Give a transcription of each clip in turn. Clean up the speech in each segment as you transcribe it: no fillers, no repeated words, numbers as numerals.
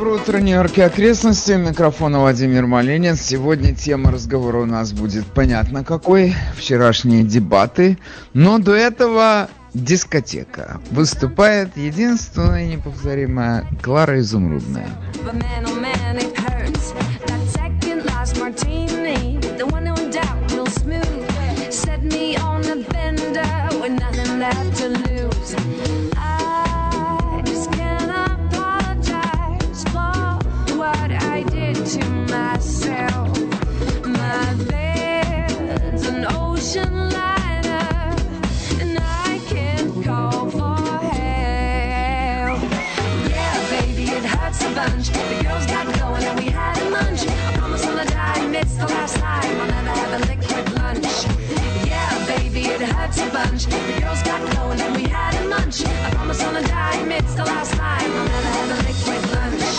Доброе утро, Нью-Йорк и окрестности. Микрофон Владимир Малинин. Сегодня тема разговора у нас будет понятно какой. Вчерашние дебаты. Но до этого дискотека. Выступает единственная неповторимая Клара Изумрудная. The girls got going and we had a lunch. I promise on a dime, it's the last time I'll never have a liquid lunch.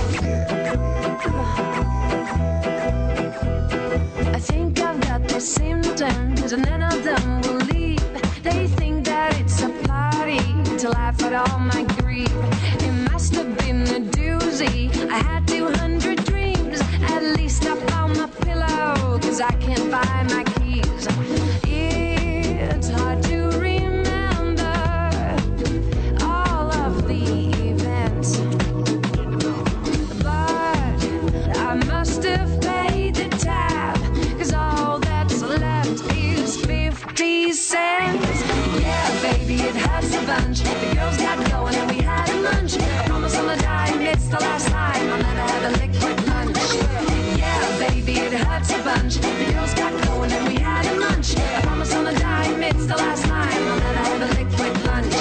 I think I've got the symptoms and none of them will leave. They think that it's a party to laugh at all my grief. It must have been a doozy. I had 200 dreams. At least I found my pillow, cause I can't find my keys. It's hard to remember all of the events, but I must have paid the tab, cause all that's left is 50 cents. Yeah, baby, it hurts a bunch. The girls got going and we had a lunch. I promise on a dime, it's the last time I'll never have a liquid lunch. Yeah, baby, it hurts a bunch. The girls got going and we had a lunch. I promise on a dime, it's the last time I'll never have a liquid lunch.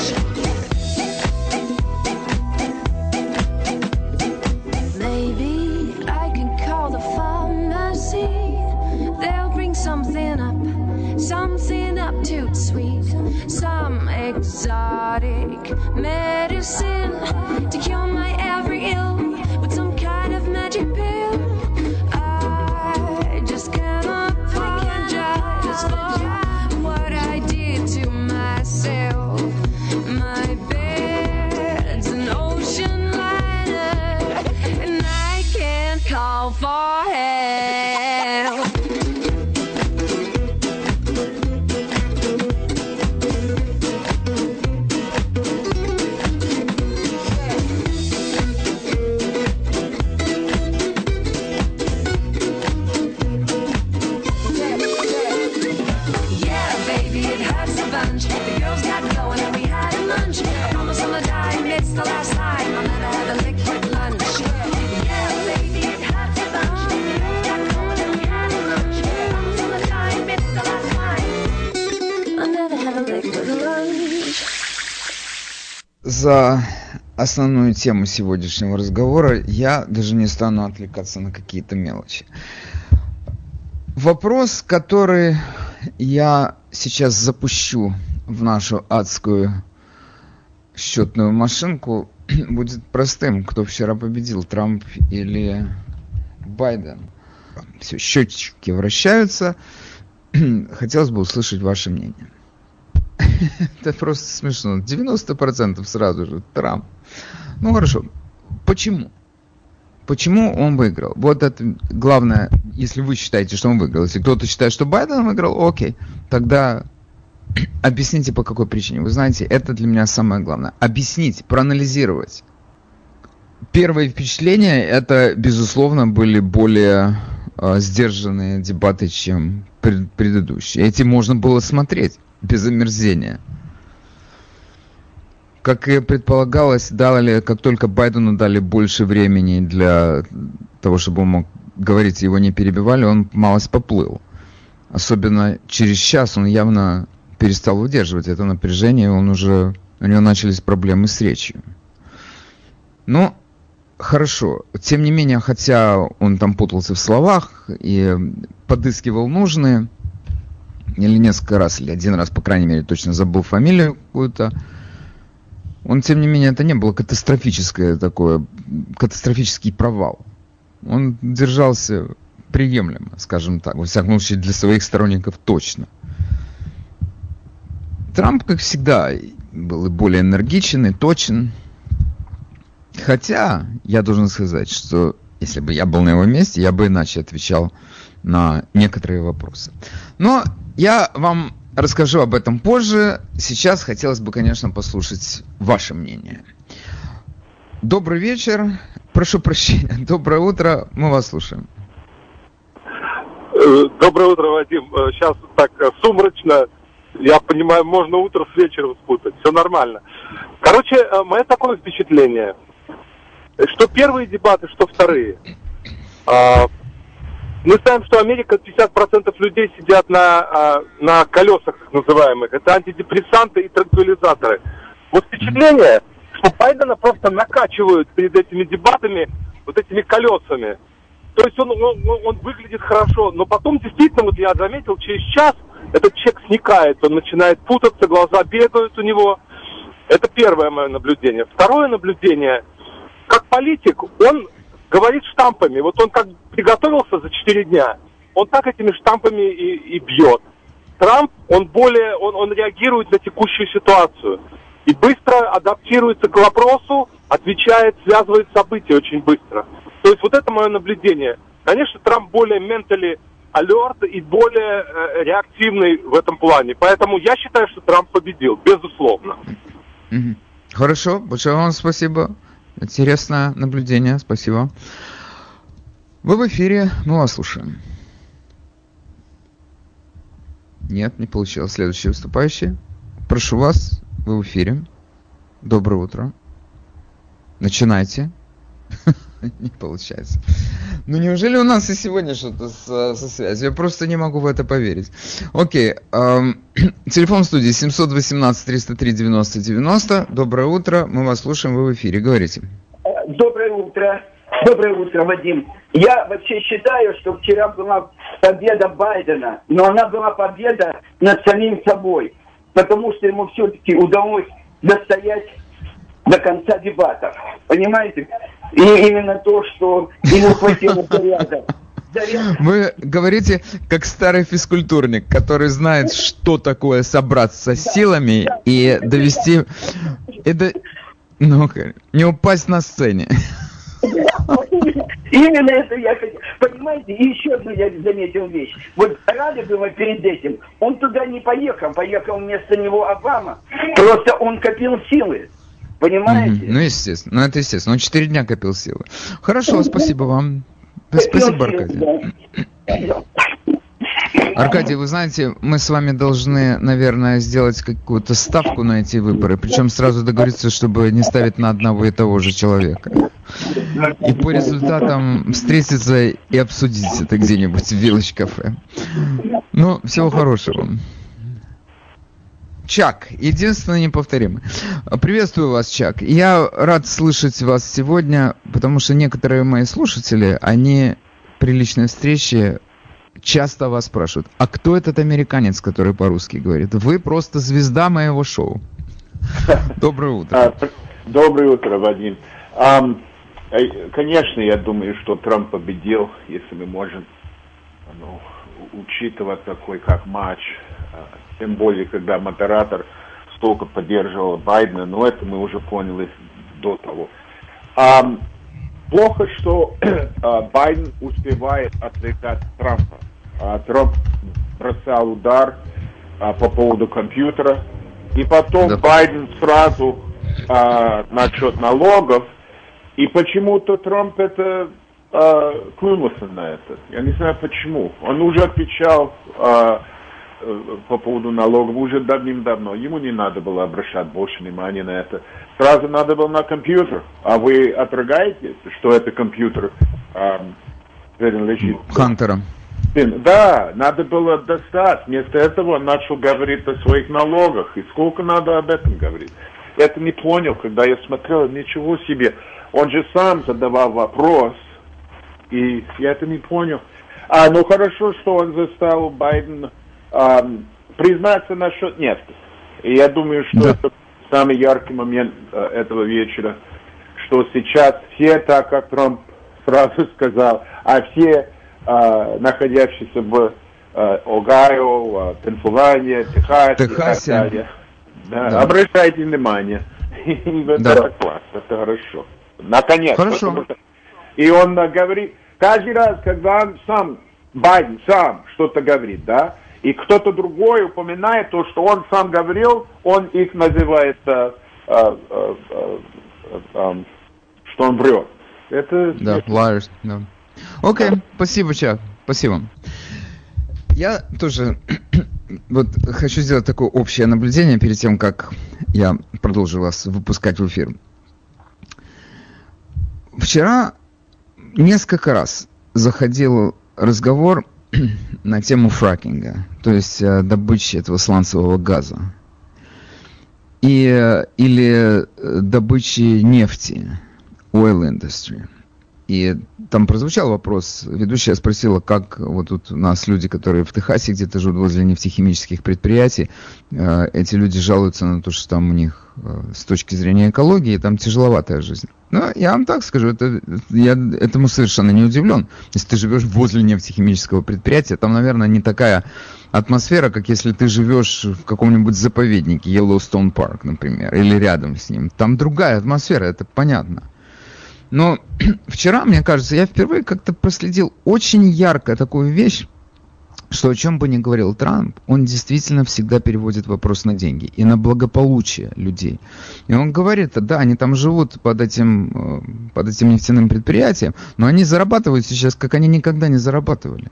Maybe I can call the pharmacy. They'll bring something up too sweet. Some exotic medicine to cure my every ill with some kind of magic pill. I just can't apologize for what I did to myself. My bed's an ocean liner, and I can't call for help. The girls got going and we had a lunch. I promise on a dime, it's the last time I'll never have a liquid lunch. Yeah, baby, it hurts a bunch. The girls got going and we had a lunch. I promise on a dime, it's the last time I'll never have a liquid lunch. За основную тему сегодняшнего разговора я даже не стану отвлекаться на какие-то мелочи. Вопрос, который я сейчас запущу в нашу адскую счетную машинку, будет простым. Кто вчера победил, Трамп или Байден? Все, счетчики вращаются. Хотелось бы услышать ваше мнение. Это просто смешно. 90% сразу же Трамп. Ну хорошо. Почему? Почему он выиграл? Вот это главное, если вы считаете, что он выиграл. Если кто-то считает, что Байден выиграл, окей. Тогда объясните, по какой причине. Вы знаете, это для меня самое главное. Объяснить, проанализировать. Первые впечатления, это, безусловно, были более сдержанные дебаты, чем предыдущие. Эти можно было смотреть без омерзения. Как и предполагалось, как только Байдену дали больше времени для того, чтобы он мог говорить, его не перебивали, он малость поплыл. Особенно через час он явно перестал выдерживать это напряжение, у него начались проблемы с речью. Ну, хорошо. Тем не менее, хотя он там путался в словах и подыскивал нужные, или несколько раз, или один раз, по крайней мере, точно забыл фамилию какую-то, он, тем не менее, это не было катастрофический провал. Он держался приемлемо, скажем так, во всяком случае для своих сторонников точно. Трамп, как всегда, был и более энергичен, и точен. Хотя, я должен сказать, что если бы я был на его месте, я бы иначе отвечал на некоторые вопросы. Но я вам расскажу об этом позже. Сейчас хотелось бы, конечно, послушать ваше мнение. Добрый вечер. Прошу прощения. Доброе утро. Мы вас слушаем. Доброе утро, Вадим. Сейчас так сумрачно. Я понимаю, можно утро с вечером спутать. Все нормально. Короче, мое такое впечатление, что первые дебаты, что вторые. Мы знаем, что Америка 50% людей сидят на колесах, так называемых. Это антидепрессанты и транквилизаторы. Вот впечатление, что Байдена просто накачивают перед этими дебатами вот этими колесами. То есть он выглядит хорошо, но потом действительно, вот я заметил, через час этот человек сникает, он начинает путаться, глаза бегают у него. Это первое мое наблюдение. Второе наблюдение, как политик, он говорит штампами. Вот он как приготовился за 4 дня, он так этими штампами и бьет. Трамп, он реагирует на текущую ситуацию и быстро адаптируется к вопросу, отвечает, связывает события очень быстро. То есть вот это мое наблюдение. Конечно, Трамп более mentally alert и более реактивный в этом плане. Поэтому я считаю, что Трамп победил, безусловно. Хорошо, большое вам спасибо. Интересное наблюдение, спасибо. Вы в эфире, мы вас слушаем. Нет, не получилось. Следующий выступающий. Прошу вас, вы в эфире. Доброе утро. Начинайте. Не получается. Ну неужели у нас и сегодня что-то со связью? Я просто не могу в это поверить. Окей. Телефон в студии 718-303-90-90. Доброе утро. Мы вас слушаем. Вы в эфире. Говорите. Доброе утро. Доброе утро, Вадим. Я вообще считаю, что вчера была победа Байдена, но она была победа над самим собой, потому что ему все-таки удалось достоять до конца дебатов. Понимаете? И именно то, что ему хватило заряда. Вы говорите, как старый физкультурник, который знает, что такое собраться с силами и довести... Это... Ну-ка, не упасть на сцене. Именно это я хотел. Понимаете, и еще одну я заметил вещь. Вот рады было перед этим. Он туда не поехал. Поехал вместо него Обама. Просто он копил силы. Понимаете? Ну, естественно. Ну, это естественно. Он 4 дня копил силы. Хорошо, спасибо вам. Спасибо, Аркадий. Аркадий, вы знаете, мы с вами должны, наверное, сделать какую-то ставку на эти выборы, причем сразу договориться, чтобы не ставить на одного и того же человека. И по результатам встретиться и обсудить это где-нибудь в Village кафе. Ну, всего хорошего. Чак, единственный неповторимый. Приветствую вас, Чак. Я рад слышать вас сегодня, потому что некоторые мои слушатели, они при личной встрече часто вас спрашивают, а кто этот американец, который по-русски говорит? Вы просто звезда моего шоу. Доброе утро. Доброе утро, Вадим. Конечно, я думаю, что Трамп победил, если мы можем учитывать такой как матч. Тем более, когда модератор столько поддерживал Байдена, но это мы уже поняли до того. Плохо, что Байден успевает отвлекать Трампа. Трамп бросал удар по поводу компьютера, и потом Байден сразу насчет налогов, и почему-то Трамп это клюнулся на это. Я не знаю почему. Он уже отвечал по поводу налогов уже давным-давно. Ему не надо было обращать больше внимания на это. Сразу надо было на компьютер. А вы отвергаете, что это компьютер принадлежит Хантерам? Да, надо было достать. Вместо этого он начал говорить о своих налогах. И сколько надо об этом говорить. Я это не понял, когда я смотрел. Ничего себе. Он же сам задавал вопрос. И я это не понял. Ну хорошо, что он заставил Байдена признаться насчет нефти. И я думаю, что это самый яркий момент этого вечера, что сейчас все, так как Трамп сразу сказал, а все находящиеся в Огайо, Пенсильвании, Техасе, и так далее, обращайте внимание. Это класс, это хорошо. Наконец. Хорошо. И он говорит, каждый раз, когда он сам, Байден сам что-то говорит, да, и кто-то другой упоминает то, что он сам говорил, он их называет, что он врет. Это... Да, liars, да. Окей, спасибо, Чак, спасибо. Я тоже вот хочу сделать такое общее наблюдение перед тем, как я продолжу вас выпускать в эфир. Вчера несколько раз заходил разговор на тему фракинга, то есть добычи этого сланцевого газа или добычи нефти, oil industry. И там прозвучал вопрос, ведущая спросила, как вот тут у нас люди, которые в Техасе где-то живут возле нефтехимических предприятий, эти люди жалуются на то, что там у них с точки зрения экологии там тяжеловатая жизнь. Но я вам так скажу, я этому совершенно не удивлен. Если ты живешь возле нефтехимического предприятия, там, наверное, не такая атмосфера, как если ты живешь в каком-нибудь заповеднике, Yellowstone Park, например, или рядом с ним. Там другая атмосфера, это понятно. Но вчера, мне кажется, я впервые как-то проследил очень ярко такую вещь, что о чем бы ни говорил Трамп, он действительно всегда переводит вопрос на деньги и на благополучие людей. И он говорит, да, они там живут под этим нефтяным предприятием, но они зарабатывают сейчас, как они никогда не зарабатывали.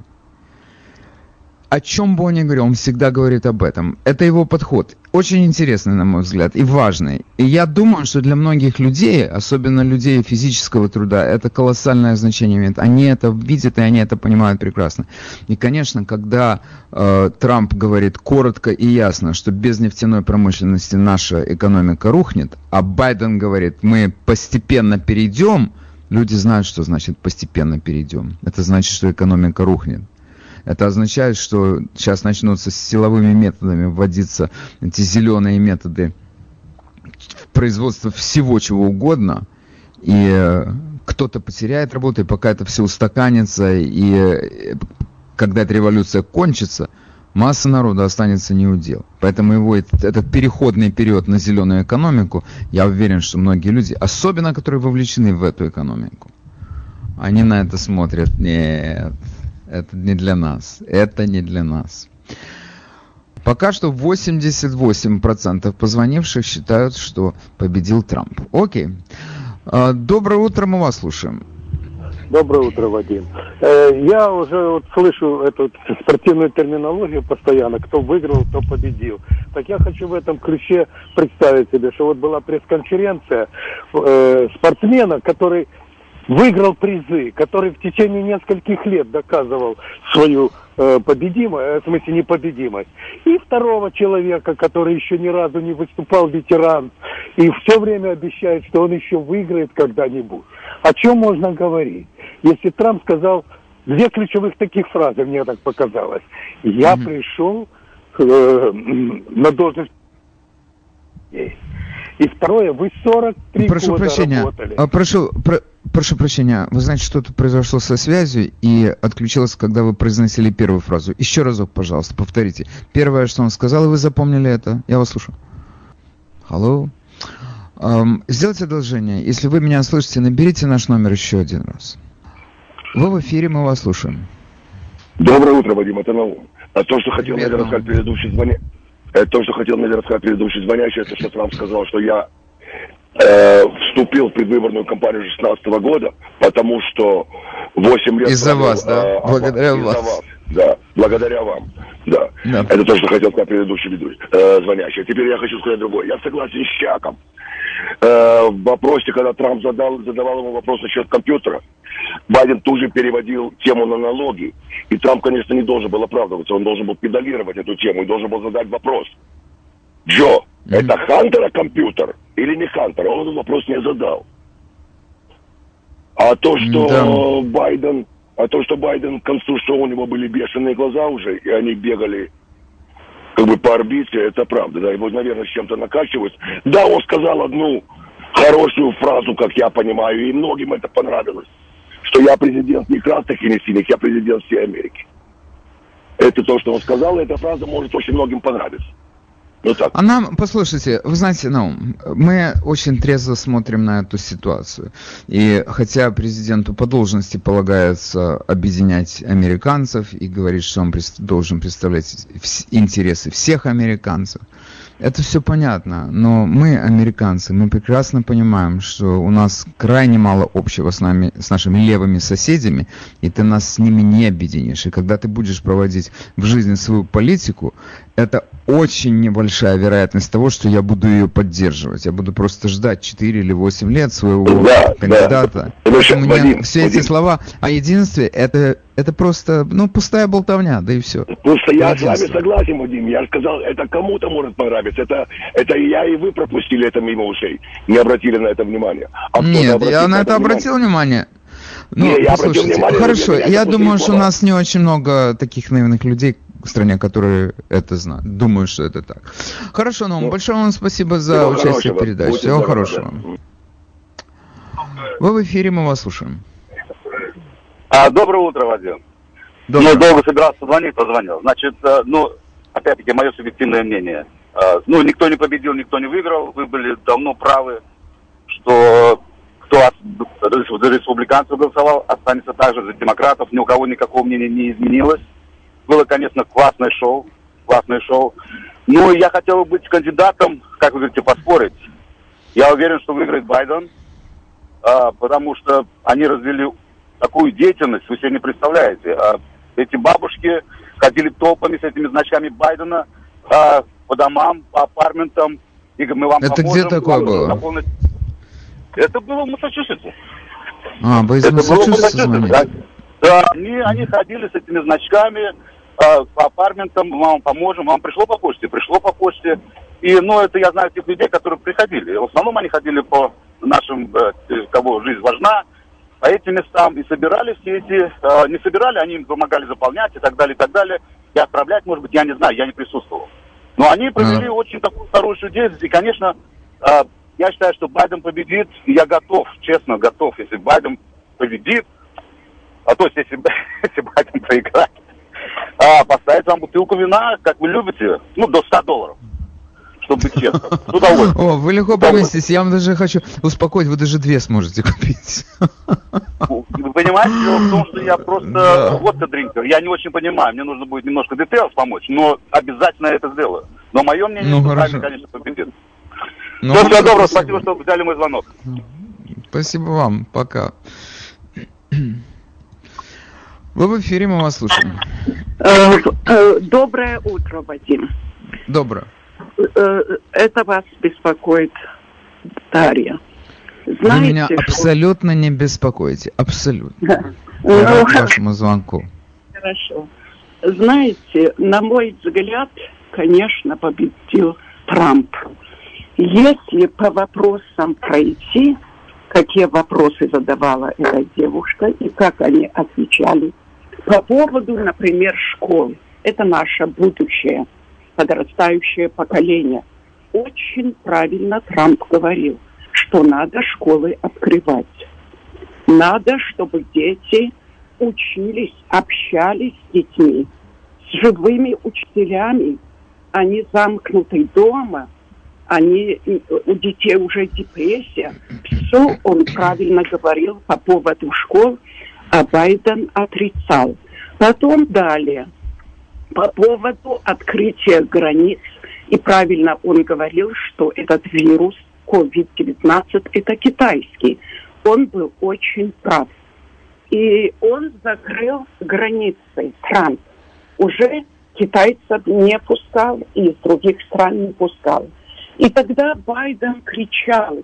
О чем бы он ни говорил, он всегда говорит об этом. Это его подход. Очень интересный, на мой взгляд, и важный. И я думаю, что для многих людей, особенно людей физического труда, это колоссальное значение имеет. Они это видят, и они это понимают прекрасно. И, конечно, когда Трамп говорит коротко и ясно, что без нефтяной промышленности наша экономика рухнет, а Байден говорит, мы постепенно перейдем, люди знают, что значит постепенно перейдем. Это значит, что экономика рухнет. Это означает, что сейчас начнутся с силовыми методами вводиться эти зеленые методы производства всего чего угодно, и кто-то потеряет работу, и пока это все устаканится, и когда эта революция кончится, масса народа останется неудел. Поэтому этот переходный период на зеленую экономику, я уверен, что многие люди, особенно которые вовлечены в эту экономику, они на это смотрят, нет, это не для нас. Это не для нас. Пока что 88% позвонивших считают, что победил Трамп. Окей. Доброе утро, мы вас слушаем. Доброе утро, Вадим. Я уже слышу эту спортивную терминологию постоянно, кто выиграл, кто победил. Так я хочу в этом ключе представить себе, что вот была пресс-конференция спортсмена, который выиграл призы, который в течение нескольких лет доказывал свою победимость, в смысле непобедимость. И второго человека, который еще ни разу не выступал, ветеран, и все время обещает, что он еще выиграет когда-нибудь. О чем можно говорить? Если Трамп сказал две ключевых таких фразы, мне так показалось. Я пришел на должность... И второе, вы 43 года работали. Прошу прощения, вы знаете, что-то произошло со связью и отключилось, когда вы произносили первую фразу. Еще разок, пожалуйста, повторите. Первое, что он сказал, и вы запомнили это. Я вас слушаю. Алло. Сделайте одолжение. Если вы меня слышите, наберите наш номер еще один раз. Вы в эфире, мы вас слушаем. Доброе утро, Вадим, это Наум. А то, что хотел, наверное, сказать предыдущий звонящий, это что Трамп сказал, что я вступил в предвыборную кампанию 2016 года, потому что 8 лет... Из-за вас, да? Благодаря вас. Да, благодаря вам. Да. Это то, что хотел сказать предыдущий звонящий. Теперь я хочу сказать другое. Я согласен с Чаком. В вопросе, когда Трамп задавал ему вопрос насчет компьютера, Байден тут же переводил тему на налоги. И Трамп, конечно, не должен был оправдываться. Он должен был педалировать эту тему и должен был задать вопрос. Джо, это Хантера компьютер или не Хантера? Он этот вопрос не задал. А то, что Байден к концу шоу у него были бешеные глаза уже, и они бегали как бы по орбите, это правда. Да, его, наверное, с чем-то накачивают. Да, он сказал одну хорошую фразу, как я понимаю, и многим это понравилось. Что я президент не красных и не синих, я президент всей Америки. Это то, что он сказал, и эта фраза может очень многим понравиться. Ну так. А нам, послушайте, вы знаете, мы очень трезво смотрим на эту ситуацию. И хотя президенту по должности полагается объединять американцев и говорить, что он должен представлять интересы всех американцев, это все понятно, но мы, американцы, мы прекрасно понимаем, что у нас крайне мало общего с нашими левыми соседями, и ты нас с ними не объединишь. И когда ты будешь проводить в жизни свою политику, это очень небольшая вероятность того, что я буду ее поддерживать. Я буду просто ждать 4 или 8 лет своего кандидата. Вадим, все эти слова о единстве, это просто, пустая болтовня, да и все. Просто я с вами согласен, Вадим. Я сказал, это кому-то может понравиться. Это и я, и вы пропустили это мимо ушей. Не обратили на это внимания. Нет, я на это обратил внимание. Послушайте, хорошо, я думаю, что у нас не очень много таких наивных людей в стране, которые это знают. Думаю, что это так. Хорошо, большое вам спасибо за участие в передаче. Всего хорошего. Вы в эфире, мы вас слушаем. Доброе утро, Вадим. Доброе. Долго собирался звонить, позвонил. Значит, опять-таки, мое субъективное мнение. Никто не победил, никто не выиграл. Вы были давно правы, что кто за республиканцев голосовал, останется также за демократов. Ни у кого никакого мнения не изменилось. Было, конечно, классное шоу. Я хотел быть кандидатом, как вы говорите, поспорить. Я уверен, что выиграет Байден, потому что они развели такую деятельность, вы себе не представляете. Эти бабушки ходили толпами с этими значками Байдена по домам, по апартментам. И мы вам это поможем. Где такое было? Это было в Массачусетсе. Вы из Массачусетса звоните? Да, они ходили с этими значками по апартментам, мы вам поможем. Вам пришло по почте? Пришло по почте. И, это я знаю тех людей, которые приходили. В основном они ходили по нашим, кого жизнь важна, по этим местам. И собирали все эти... не собирали, они им помогали заполнять и так далее, и так далее. И отправлять, может быть, я не знаю, я не присутствовал. Но они провели очень такую хорошую деятельность. И, конечно, я считаю, что Байден победит. И я готов, честно, если Байден победит. То есть, если Байден проиграет, поставить вам бутылку вина, как вы любите, до $100, чтобы быть честным. С удовольствием. Вы легко поместитесь. Я вам даже хочу успокоить, вы даже 2 сможете купить. Вы понимаете, дело в том, что я просто водка-дринкер. Я не очень понимаю, мне нужно будет немножко детейлс помочь, но обязательно это сделаю. Но мое мнение, что Байден, конечно, победит. Всего доброго, спасибо, что взяли мой звонок. Спасибо вам, пока. Вы в эфире, мы вас слушаем. Доброе утро, Вадим. Доброе. Это вас беспокоит Дарья. Знаете, вы меня абсолютно не беспокоите. Абсолютно. Я рад вашему звонку. Хорошо. Знаете, на мой взгляд, конечно, победил Трамп. Если по вопросам пройти, какие вопросы задавала эта девушка и как они отвечали по поводу, например, школ. Это наше будущее, подрастающее поколение. Очень правильно Трамп говорил, что надо школы открывать. Надо, чтобы дети учились, общались с детьми, с живыми учителями. Они замкнуты дома, у детей уже депрессия. Все он правильно говорил по поводу школ, а Байден отрицал. Потом далее, по поводу открытия границ. И правильно он говорил, что этот вирус COVID-19 это китайский. Он был очень прав. И он закрыл границы, Трамп. Уже китайцев не пускал и из других стран не пускал. И тогда Байден кричал,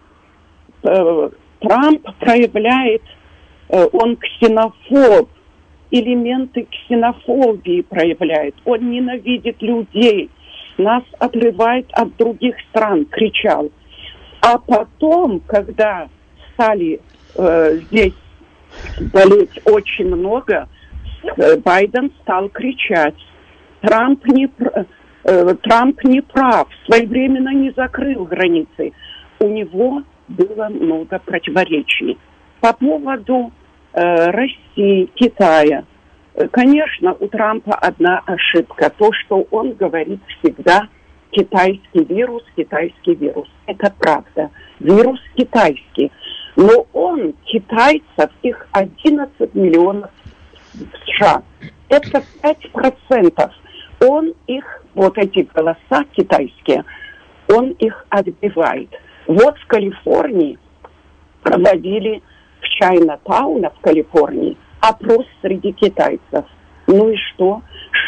Трамп проявляет, он ксенофоб, элементы ксенофобии проявляет, он ненавидит людей, нас отрывает от других стран, кричал. А потом, когда стали здесь болеть очень много, Байден стал кричать, Трамп не прав, своевременно не закрыл границы. У него было много противоречий. По поводу России, Китая. Конечно, у Трампа одна ошибка. То, что он говорит всегда китайский вирус. Это правда. Вирус китайский. Но он, китайцев, их 11 миллионов в США. Это 5%. Он их, вот эти голоса китайские, он их отбивает. Вот в Калифорнии проводили в Чайна-тауне в Калифорнии опрос среди китайцев. Ну и что?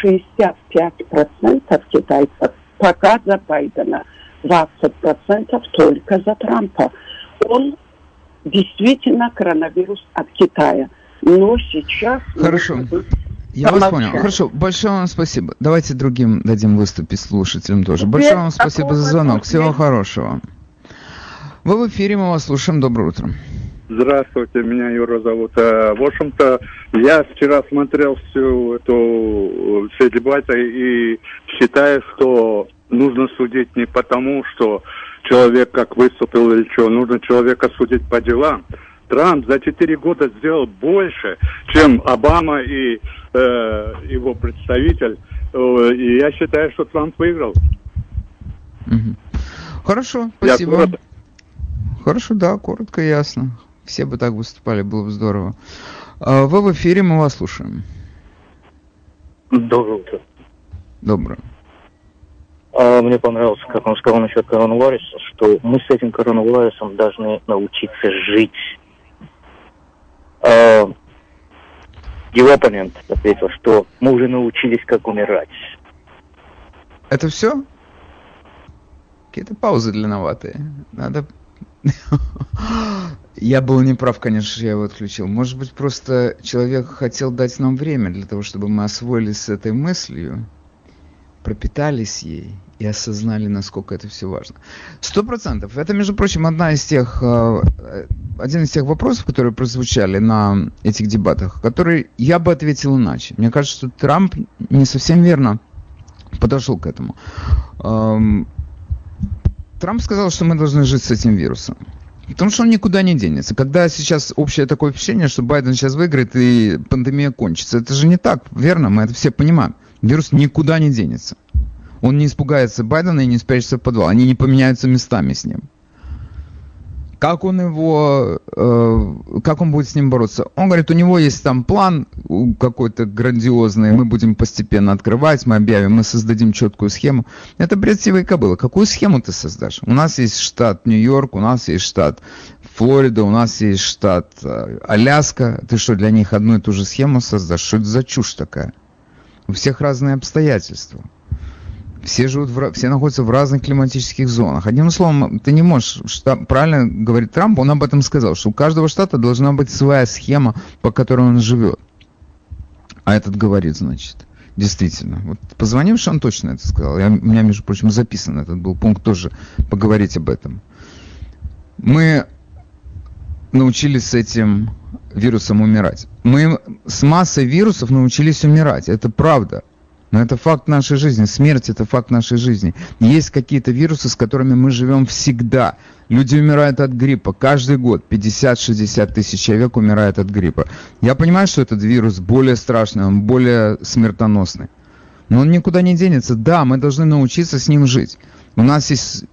65% китайцев пока за Байдена, 20% только за Трампа. Он действительно коронавирус от Китая. Но сейчас... Хорошо. Я вас понял. Хорошо, большое вам спасибо. Давайте другим дадим выступить, слушателям тоже. Большое вам спасибо за звонок. Всего хорошего. Вы в эфире, мы вас слушаем. Доброе утро. Здравствуйте, меня Юра зовут. В общем-то, я вчера смотрел все дебаты и считаю, что нужно судить не потому, что человек как выступил или что, нужно человека судить по делам. Трамп за 4 года сделал больше, чем Обама и его представитель. И я считаю, что Трамп выиграл. Хорошо, спасибо. Хорошо, да, коротко и ясно. Все бы так выступали, было бы здорово. Вы в эфире, мы вас слушаем. Доброе утро. Доброе. Мне понравилось, как он сказал насчет коронавируса, что мы с этим коронавирусом должны научиться жить. Его оппонент ответил, что мы уже научились, как умирать. Это все? Какие-то паузы длинноватые. Надо... Я был неправ, конечно, я его отключил. Может быть, просто человек хотел дать нам время для того, чтобы мы освоились с этой мыслью, пропитались ей и осознали, насколько это все важно. 100%. Это, между прочим, один из тех вопросов, которые прозвучали на этих дебатах, который я бы ответил иначе. Мне кажется, что Трамп не совсем верно подошел к этому. Трамп сказал, что мы должны жить с этим вирусом. Потому что он никуда не денется. Когда сейчас общее такое впечатление, что Байден сейчас выиграет и пандемия кончится, это же не так, верно? Мы это все понимаем. Вирус никуда не денется. Он не испугается Байдена и не спрячется в подвал. Они не поменяются местами с ним. Как он будет с ним бороться? Он говорит, у него есть там план какой-то грандиозный, мы будем постепенно открывать, мы объявим, мы создадим четкую схему. Это бред сивой кобылы. Какую схему ты создашь? У нас есть штат Нью-Йорк, у нас есть штат Флорида, у нас есть штат Аляска. Ты что, для них одну и ту же схему создашь? Что это за чушь такая? У всех разные обстоятельства. Все находятся в разных климатических зонах. Одним словом, ты не можешь, правильно говорит Трамп, он об этом сказал, что у каждого штата должна быть своя схема, по которой он живет. А этот говорит, значит, действительно. Вот позвонивший, он точно это сказал. У меня, между прочим, записан этот был пункт тоже поговорить об этом. Мы научились с этим вирусом умирать. Мы с массой вирусов научились умирать. Это правда. Но это факт нашей жизни. Смерть – это факт нашей жизни. Есть какие-то вирусы, с которыми мы живем всегда. Люди умирают от гриппа. Каждый год 50-60 тысяч человек умирают от гриппа. Я понимаю, что этот вирус более страшный, он более смертоносный. Но он никуда не денется. Да, мы должны научиться с ним жить. У нас есть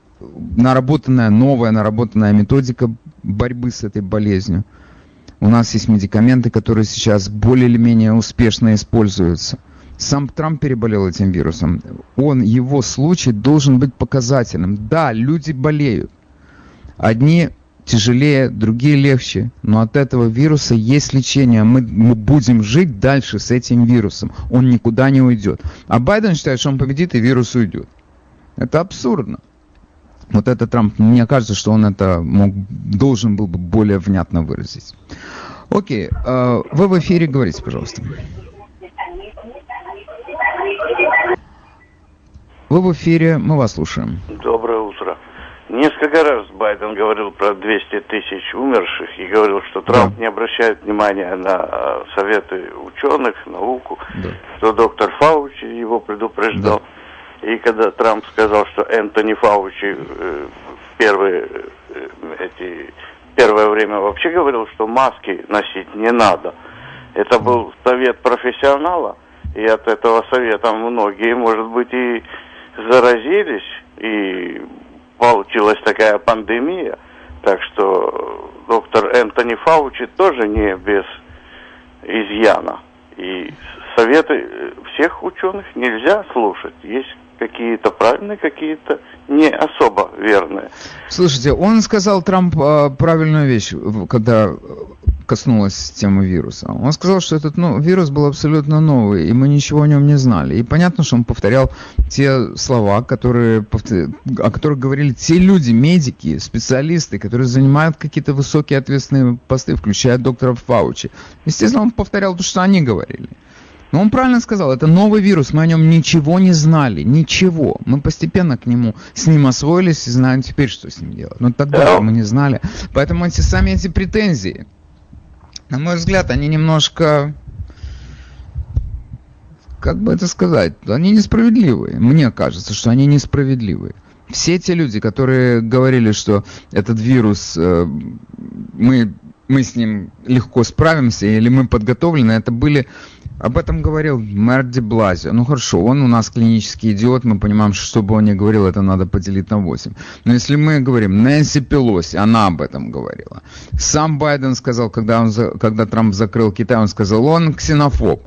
новая наработанная методика борьбы с этой болезнью. У нас есть медикаменты, которые сейчас более или менее успешно используются. Сам Трамп переболел этим вирусом. Его случай должен быть показательным. Да, люди болеют. Одни тяжелее, другие легче. Но от этого вируса есть лечение. Мы будем жить дальше с этим вирусом. Он никуда не уйдет. А Байден считает, что он победит и вирус уйдет. Это абсурдно. Вот это Трамп, мне кажется, что он это должен был бы более внятно выразить. Окей, вы в эфире, говорите, пожалуйста. Вы в эфире, мы вас слушаем. Доброе утро. Несколько раз Байден говорил про 200 тысяч умерших и говорил, что Трамп не обращает внимания на советы ученых, науку, что доктор Фаучи его предупреждал. И когда Трамп сказал, что Энтони Фаучи первое время вообще говорил, что маски носить не надо. Это был совет профессионала, и от этого совета многие, может быть, и заразились, и получилась такая пандемия. Так что доктор Энтони Фаучи тоже не без изъяна. И советы всех ученых нельзя слушать. Есть какие-то правильные, какие-то не особо верные. Слушайте, он сказал, Трамп, правильную вещь, когда коснулась темы вируса. Он сказал, что этот вирус был абсолютно новый, и мы ничего о нем не знали. И понятно, что он повторял те слова, о которых говорили те люди, медики, специалисты, которые занимают какие-то высокие ответственные посты, включая доктора Фаучи. Естественно, он повторял то, что они говорили. Но он правильно сказал, это новый вирус, мы о нем ничего не знали, ничего. Мы постепенно с ним освоились и знаем теперь, что с ним делать. Но тогда мы не знали. Поэтому эти претензии, на мой взгляд, они немножко, как бы это сказать, они несправедливые. Мне кажется, что они несправедливые. Все те люди, которые говорили, что этот вирус, мы с ним легко справимся, или мы подготовлены, это были... Об этом говорил мэр де Блазио. Ну хорошо, он у нас клинический идиот, мы понимаем, что чтобы он не говорил, это надо поделить на 8. Но если мы говорим, Нэнси Пелоси, она об этом говорила. Сам Байден сказал, когда Трамп закрыл Китай, он сказал, он ксенофоб.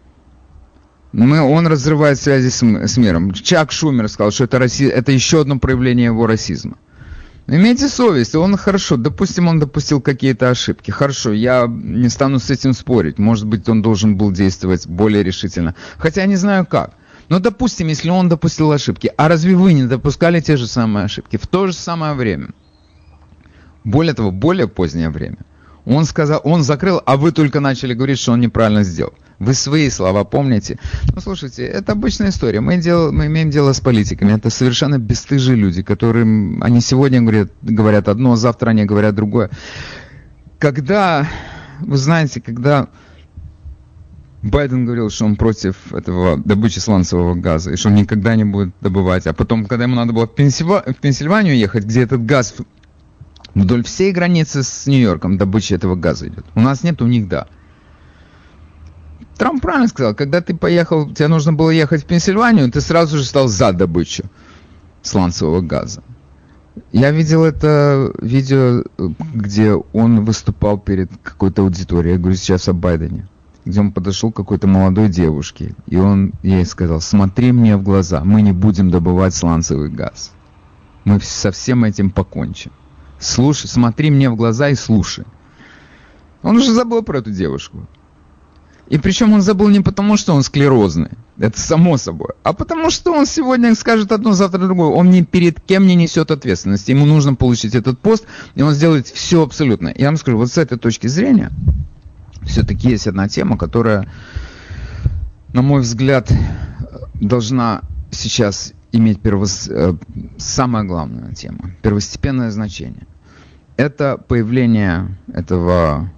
Он разрывает связи с миром. Чак Шумер сказал, что это еще одно проявление его расизма. Имейте совесть, допустим, он допустил какие-то ошибки. Хорошо, я не стану с этим спорить. Может быть, он должен был действовать более решительно. Хотя я не знаю как. Но допустим, если он допустил ошибки, а разве вы не допускали те же самые ошибки в то же самое время? Более того, более позднее время. Он сказал, он закрыл, а вы только начали говорить, что он неправильно сделал. Вы свои слова помните? Ну, слушайте, это обычная история. Мы имеем дело с политиками. Это совершенно бесстыжие люди, которым они сегодня говорят одно, завтра они говорят другое. Когда Байден говорил, что он против добычи сланцевого газа, и что он никогда не будет добывать, а потом, когда ему надо было в Пенсильванию ехать, где этот газ вдоль всей границы с Нью-Йорком добыча этого газа идет. У нас нет, у них да. Трамп правильно сказал, когда ты поехал, тебе нужно было ехать в Пенсильванию, ты сразу же стал за добычу сланцевого газа. Я видел это видео, где он выступал перед какой-то аудиторией, я говорю сейчас о Байдене, где он подошел к какой-то молодой девушке, и он ей сказал, смотри мне в глаза, мы не будем добывать сланцевый газ. Мы со всем этим покончим. Слушай, смотри мне в глаза и слушай. Он уже забыл про эту девушку. И причем он забыл не потому, что он склерозный, это само собой, а потому что он сегодня скажет одно, завтра другое. Он ни перед кем не несет ответственности. Ему нужно получить этот пост, и он сделает все абсолютно. Я вам скажу, вот с этой точки зрения, все-таки есть одна тема, которая, на мой взгляд, должна сейчас иметь самая главная тема, первостепенное значение. Это появление этого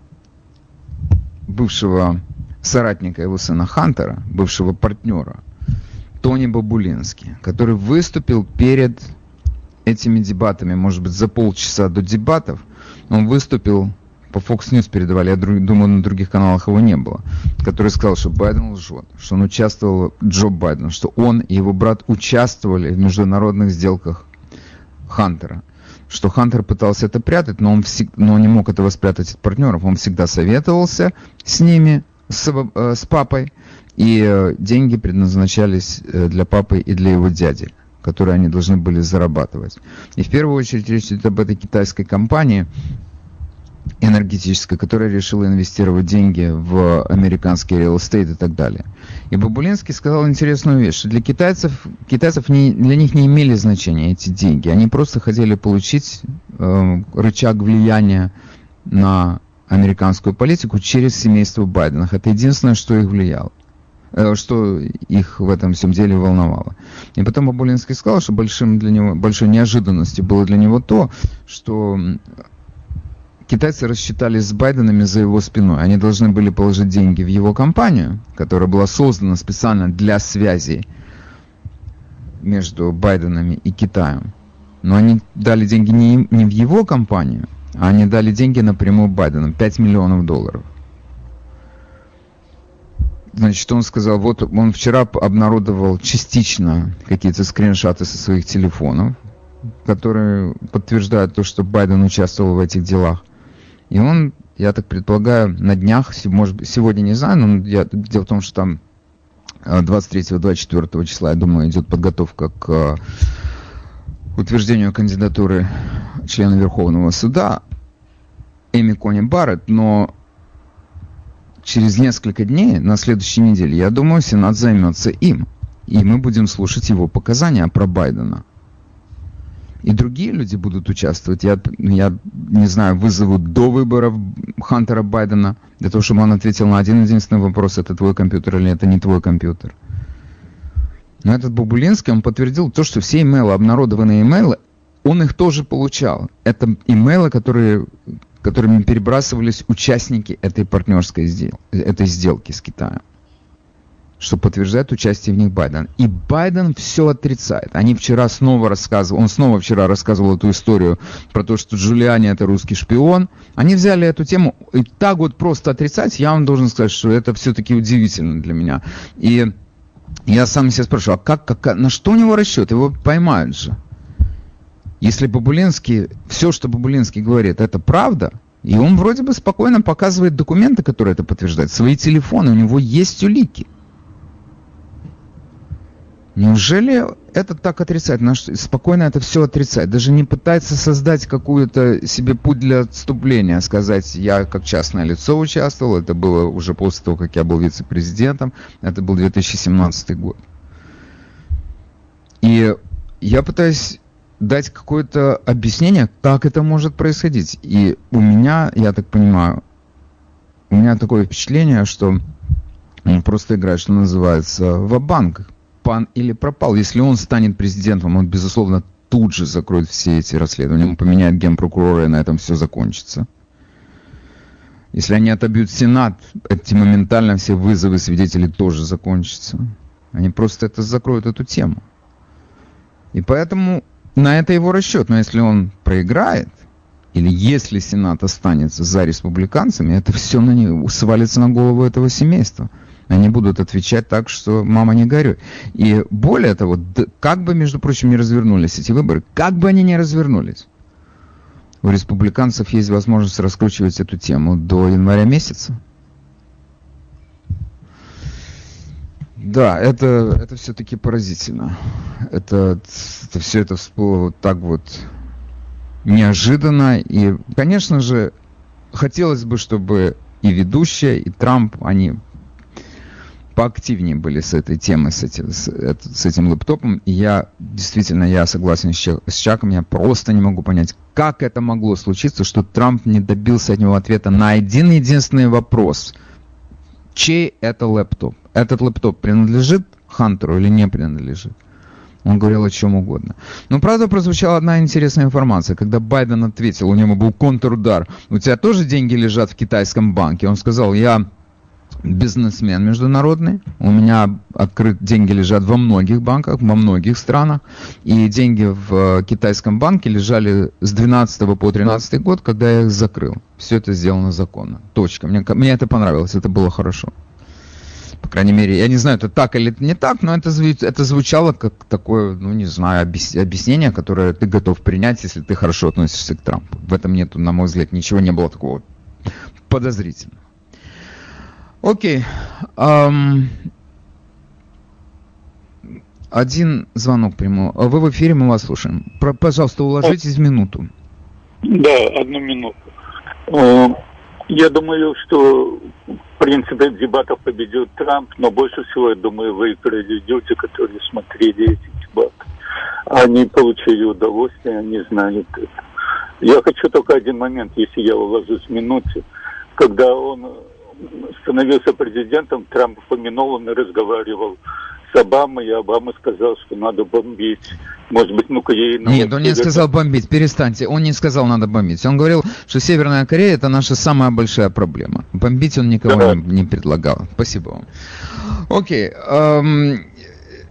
бывшего соратника его сына Хантера, бывшего партнера, Тони Бабулински, который выступил перед этими дебатами, может быть, за полчаса до дебатов, он выступил, по Fox News передавали, я думаю, на других каналах его не было, который сказал, что Байден лжет, что он участвовал, Джо Байден, что он и его брат участвовали в международных сделках Хантера, что Хантер пытался это прятать, но он не мог этого спрятать от партнеров, он всегда советовался с ними, с папой, и деньги предназначались для папы и для его дяди, которые они должны были зарабатывать. И в первую очередь речь идет об этой китайской компании энергетической, которая решила инвестировать деньги в американский real estate и так далее. И Бабулинский сказал интересную вещь, что для китайцев для них не имели значения эти деньги, они просто хотели получить рычаг влияния на американскую политику через семейство Байденов. Это единственное, что их влияло, что их в этом всем деле волновало. И потом Бабулинский сказал, что большой неожиданностью было для него то, что китайцы рассчитались с Байденами за его спиной. Они должны были положить деньги в его компанию, которая была создана специально для связи между Байденами и Китаем. Но они дали деньги не в его компанию, а они дали деньги напрямую Байдену, $5 миллионов. Значит, он сказал, вот он вчера обнародовал частично какие-то скриншоты со своих телефонов, которые подтверждают то, что Байден участвовал в этих делах. И он, я так предполагаю, на днях, может быть, сегодня не знаю, но дело в том, что там 23-24 числа, я думаю, идет подготовка к утверждению кандидатуры члена Верховного суда Эми Кони Барретт, но через несколько дней, на следующей неделе, я думаю, Сенат займется им. И мы будем слушать его показания про Байдена. И другие люди будут участвовать. Я не знаю, вызовут до выборов Хантера Байдена, для того, чтобы он ответил на один единственный вопрос, это твой компьютер или это не твой компьютер. Но этот Бабулинский, он подтвердил то, что все имейлы, обнародованные имейлы, он их тоже получал. Это имейлы, которыми перебрасывались участники этой партнерской сделки с Китаем, что подтверждает участие в них Байдена. И Байден все отрицает. Он вчера рассказывал эту историю про то, что Джулиани это русский шпион. Они взяли эту тему и так вот просто отрицать, я вам должен сказать, что это все-таки удивительно для меня. И я сам себя спрашиваю, на что у него расчет? Его поймают же. Если все, что Бабулинский говорит, это правда, и он вроде бы спокойно показывает документы, которые это подтверждают, свои телефоны, у него есть улики. Неужели это так отрицать? Спокойно это все отрицать. Даже не пытается создать какую-то себе путь для отступления. Сказать, я как частное лицо участвовал. Это было уже после того, как я был вице-президентом. Это был 2017 год. И я пытаюсь дать какое-то объяснение, как это может происходить. И у меня, я так понимаю, у меня такое впечатление, что он просто играет, что называется, ва-банк. Пан или пропал. Если он станет президентом, он, безусловно, тут же закроет все эти расследования. Он поменяет генпрокурора, и на этом все закончится. Если они отобьют Сенат, эти моментально все вызовы свидетелей тоже закончатся. Они просто закроют эту тему. И поэтому на это его расчет. Но если он проиграет, или если Сенат останется за республиканцами, это все свалится на голову этого семейства. Они будут отвечать так, что мама не горюй. И более того, как бы, между прочим, не развернулись эти выборы, как бы они ни развернулись, у республиканцев есть возможность раскручивать эту тему до января месяца. Да, это все-таки поразительно. Все это всплыло вот так вот неожиданно. И, конечно же, хотелось бы, чтобы и ведущая, и Трамп, они поактивнее были с этой темой, с этим лэптопом. И я согласен с Чаком, я просто не могу понять, как это могло случиться, что Трамп не добился от него ответа на один единственный вопрос. Чей это лэптоп? Этот лэптоп принадлежит Хантеру или не принадлежит? Он говорил о чем угодно. Но, правда, прозвучала одна интересная информация. Когда Байден ответил, у него был контрудар. У тебя тоже деньги лежат в китайском банке? Он сказал, я бизнесмен международный, у меня деньги лежат во многих банках, во многих странах, и деньги в китайском банке лежали с 12 по 13 год, когда я их закрыл. Все это сделано законно. Точка. Мне это понравилось, это было хорошо. По крайней мере, я не знаю, это так или не так, но это звучало как такое, не знаю, объяснение, которое ты готов принять, если ты хорошо относишься к Трампу. В этом нету, на мой взгляд, ничего не было такого подозрительного. Окей. Один звонок приму. Вы в эфире, мы вас слушаем. Пожалуйста, уложитесь в минуту. Да, 1 минуту. Я думаю, что в принципе дебатов победил Трамп, но больше всего, я думаю, вы люди, которые смотрели эти дебаты. Они получили удовольствие, они знают это. Я хочу только один момент, если я уложусь в минуте. Когда он становился президентом, Трамп упомянул, он разговаривал с Обамой, и Обама сказал, что надо бомбить. Может быть, Нет, он не сказал бомбить, перестаньте. Он не сказал, надо бомбить. Он говорил, что Северная Корея — это наша самая большая проблема. Бомбить он никого не предлагал. Спасибо вам. Окей.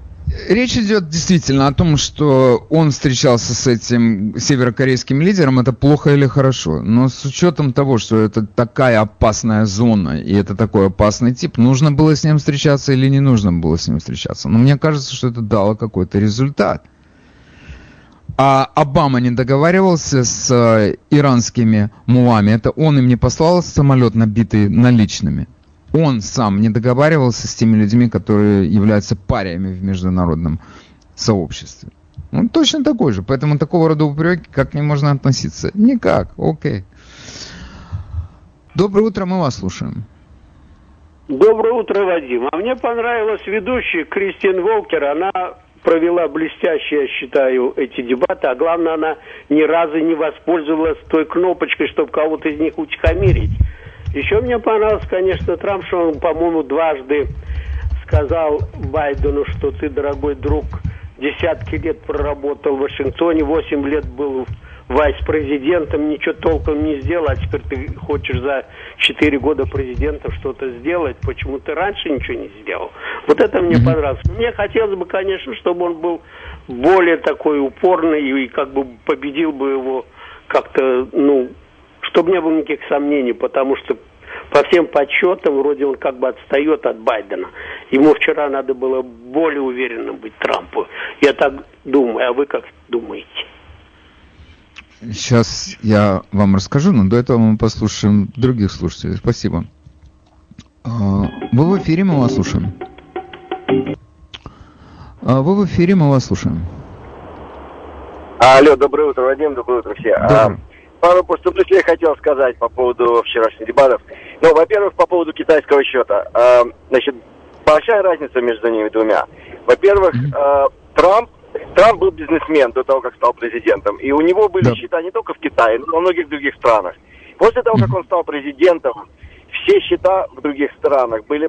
Речь идет действительно о том, что он встречался с этим северокорейским лидером, это плохо или хорошо. Но с учетом того, что это такая опасная зона и это такой опасный тип, нужно было с ним встречаться или не нужно было с ним встречаться. Но мне кажется, что это дало какой-то результат. А Обама не договаривался с иранскими муллами. Это он им не послал самолет, набитый наличными. Он сам не договаривался с теми людьми, которые являются париями в международном сообществе. Он точно такой же. Поэтому такого рода упреки как не можно относиться? Никак. Окей. Доброе утро, мы вас слушаем. Доброе утро, Вадим. А мне понравилась ведущая Кристин Волкер. Она провела блестяще, я считаю, эти дебаты. А главное, она ни разу не воспользовалась той кнопочкой, чтобы кого-то из них утихомирить. Еще мне понравилось, конечно, Трамп, что он, по-моему, дважды сказал Байдену, что ты, дорогой друг, десятки лет проработал в Вашингтоне, 8 лет был вайс-президентом, ничего толком не сделал, а теперь ты хочешь за 4 года президентом что-то сделать, почему ты раньше ничего не сделал? Вот это мне понравилось. Мне хотелось бы, конечно, чтобы он был более такой упорный и как бы победил бы его как-то, чтобы не было никаких сомнений, потому что по всем подсчетам вроде он как бы отстает от Байдена. Ему вчера надо было более уверенным быть Трампу. Я так думаю, а вы как думаете? Сейчас я вам расскажу, но до этого мы послушаем других слушателей. Спасибо. Вы в эфире, мы вас слушаем. Вы в эфире, мы вас слушаем. Алло, доброе утро, Вадим, доброе утро все. Пару поступлений я хотел сказать по поводу вчерашних дебатов. Во-первых, по поводу китайского счета. Значит, большая разница между ними двумя. Во-первых, Трамп был бизнесмен до того, как стал президентом. И у него были счета не только в Китае, но и во многих других странах. После того, как он стал президентом, все счета в других странах были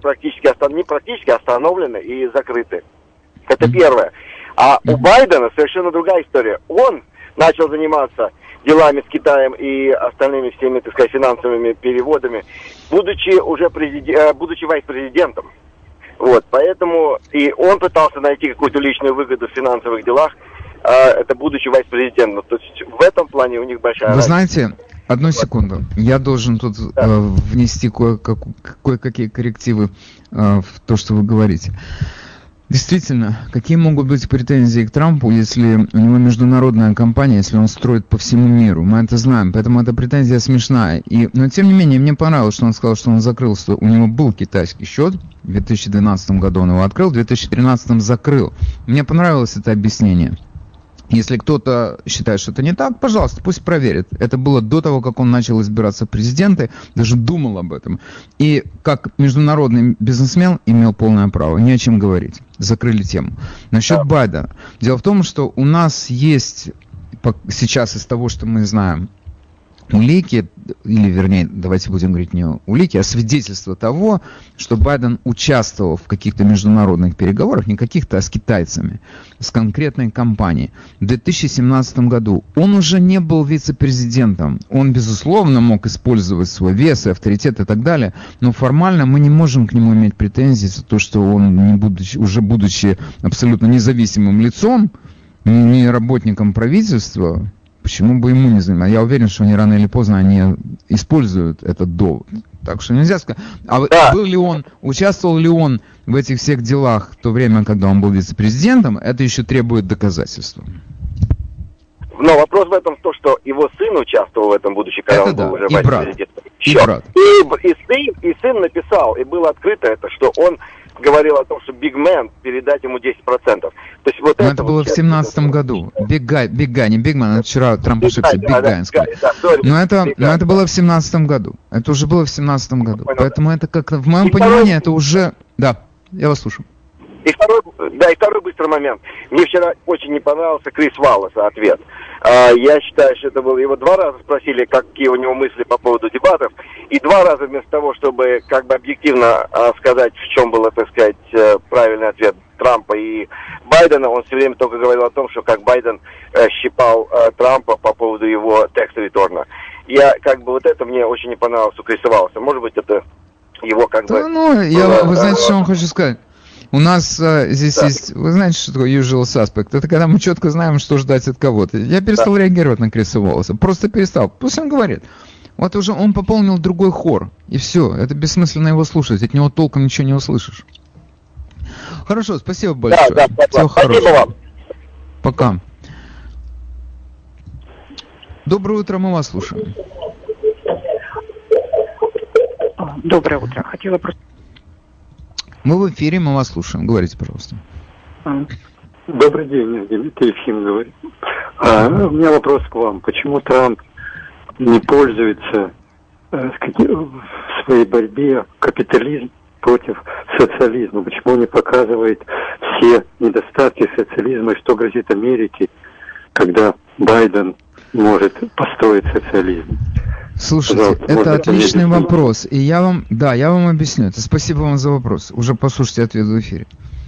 остановлены и закрыты. Это первое. А у Байдена совершенно другая история. Он начал заниматься делами с Китаем и остальными всеми, так сказать, финансовыми переводами, будучи вайс-президентом. Вот, поэтому и он пытался найти какую-то личную выгоду в финансовых делах, это будучи вайс-президентом. То есть в этом плане у них большая разница. Вы знаете, одну секунду, я должен тут внести кое-какие коррективы в то, что вы говорите. Действительно, какие могут быть претензии к Трампу, если у него международная компания, если он строит по всему миру? Мы это знаем, поэтому эта претензия смешная. Но тем не менее, мне понравилось, что он сказал, что он закрыл, что у него был китайский счет. В 2012 году он его открыл, в 2013 закрыл. Мне понравилось это объяснение. Если кто-то считает, что это не так, пожалуйста, пусть проверит. Это было до того, как он начал избираться в президенты, даже думал об этом. И как международный бизнесмен имел полное право, не о чем говорить. Закрыли тему. Насчет Байдена. Дело в том, что у нас есть сейчас из того, что мы знаем, улики, или вернее, давайте будем говорить не улики, а свидетельство того, что Байден участвовал в каких-то международных переговорах, не каких-то, а с китайцами, с конкретной компанией. В 2017 году он уже не был вице-президентом. Он, безусловно, мог использовать свой вес и авторитет и так далее, но формально мы не можем к нему иметь претензий за то, что он, уже будучи абсолютно независимым лицом, не работником правительства, почему бы ему не заниматься? Я уверен, что они рано или поздно они используют этот довод. Так что нельзя сказать. А был ли он, участвовал ли он в этих всех делах в то время, когда он был вице-президентом, это еще требует доказательства. Но вопрос в этом в том, что его сын участвовал в этом, будучи, когда он был уже вице-президентом. И сын написал, и было открыто это, что он говорил о том, что Big Man передать ему 10%. То есть вот это было в 2017 году. Big Guy, не Big Man, вчера Трамп ошибся, Big Guy. Но это было в 2017 году. Это уже было в 2017 году. Поэтому это как в моем понимании это уже... Да, я вас слушаю. И второй быстрый момент. Мне вчера очень не понравился Крис Валласа ответ. Я считаю, что это было... Его 2 раза спросили, какие у него мысли по поводу дебатов, и 2 раза вместо того, чтобы как бы объективно сказать, в чем был, так сказать, правильный ответ Трампа и Байдена, он все время только говорил о том, что как Байден щипал Трампа по поводу его текст-реторна. Я как бы вот это мне очень не понравилось у Криса Валласа. Может быть, это его как бы... вы знаете, что я вам хочу сказать? У нас здесь есть, вы знаете, что такое usual suspect? Это когда мы четко знаем, что ждать от кого-то. Я перестал реагировать на Криса Уоллеса. Просто перестал. Пусть он говорит. Вот уже он пополнил другой хор. И все. Это бессмысленно его слушать. От него толком ничего не услышишь. Хорошо, спасибо большое. Да, Всего хорошего. Спасибо вам. Пока. Доброе утро, мы вас слушаем. Доброе утро. Хотела просто... Мы в эфире, мы вас слушаем. Говорите, пожалуйста. Добрый день, Дмитрий Ефим говорит. У меня вопрос к вам. Почему Трамп не пользуется в своей борьбе капитализм против социализма? Почему он не показывает все недостатки социализма и что грозит Америке, когда Байден может построить социализм? Слушайте, это отличный вопрос. И я вам объясню. Это спасибо вам за вопрос. Уже послушайте ответ в эфире.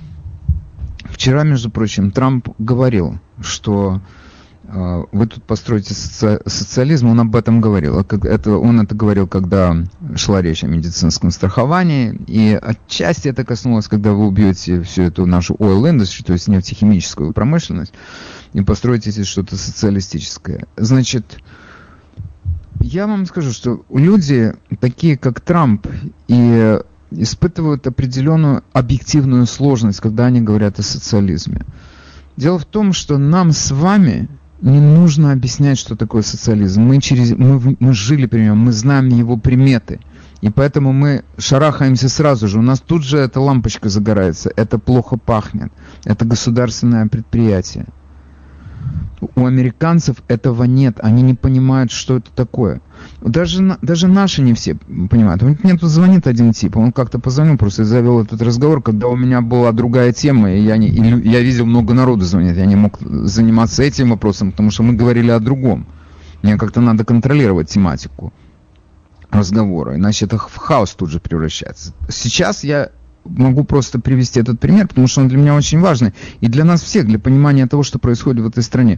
Вчера, между прочим, Трамп говорил, что вы тут построите социализм. Он об этом говорил. Он это говорил, когда шла речь о медицинском страховании. И отчасти это коснулось, когда вы убьете всю эту нашу oil industry, то есть нефтехимическую промышленность, и построите здесь что-то социалистическое. Значит, я вам скажу, что люди, такие как Трамп, и испытывают определенную объективную сложность, когда они говорят о социализме. Дело в том, что нам с вами не нужно объяснять, что такое социализм. Мы жили при нем, мы знаем его приметы. И поэтому мы шарахаемся сразу же. У нас тут же эта лампочка загорается. Это плохо пахнет. Это государственное предприятие. У американцев этого нет, они не понимают, что это такое. Даже наши не все понимают. Мне тут звонит один тип, он как-то позвонил, просто завел этот разговор, когда у меня была другая тема, и я видел, много народу звонит, я не мог заниматься этим вопросом, потому что мы говорили о другом. Мне как-то надо контролировать тематику разговора, иначе это в хаос тут же превращается. Сейчас я могу просто привести этот пример, потому что он для меня очень важный. И для нас всех, для понимания того, что происходит в этой стране.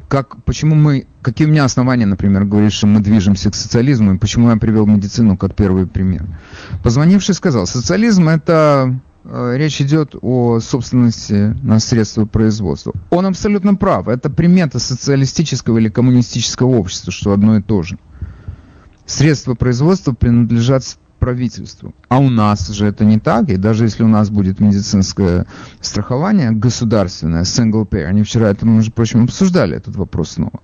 Какие у меня основания, например, говорить, что мы движемся к социализму, и почему я привел медицину как первый пример. Позвонивший сказал, социализм это... Речь идет о собственности на средства производства. Он абсолютно прав. Это примета социалистического или коммунистического общества, что одно и то же. Средства производства принадлежат правительству. А у нас же это не так, и даже если у нас будет медицинское страхование государственное, single payer, они вчера это, между прочим, обсуждали этот вопрос снова.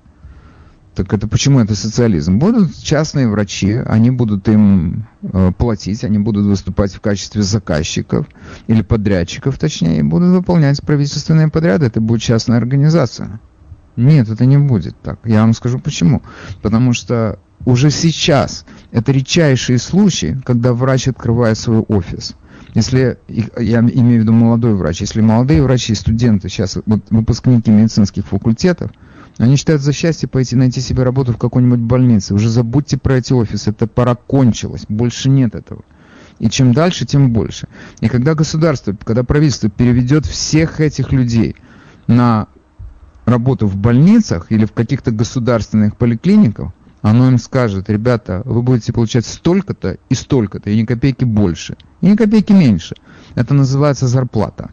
Так это почему это социализм? Будут частные врачи, они будут им платить, они будут выступать в качестве заказчиков или подрядчиков, точнее, и будут выполнять правительственные подряды, это будет частная организация. Нет, это не будет так. Я вам скажу почему. Потому что уже сейчас это редчайшие случаи, когда врач открывает свой офис. Если, я имею в виду молодой врач, если молодые врачи, студенты, сейчас вот выпускники медицинских факультетов, они считают за счастье пойти найти себе работу в какой-нибудь больнице. Уже забудьте про эти офисы, эта пора кончилась, больше нет этого. И чем дальше, тем больше. И когда государство, когда правительство переведет всех этих людей на работу в больницах или в каких-то государственных поликлиниках, оно им скажет, ребята, вы будете получать столько-то и столько-то, и ни копейки больше, и ни копейки меньше. Это называется зарплата.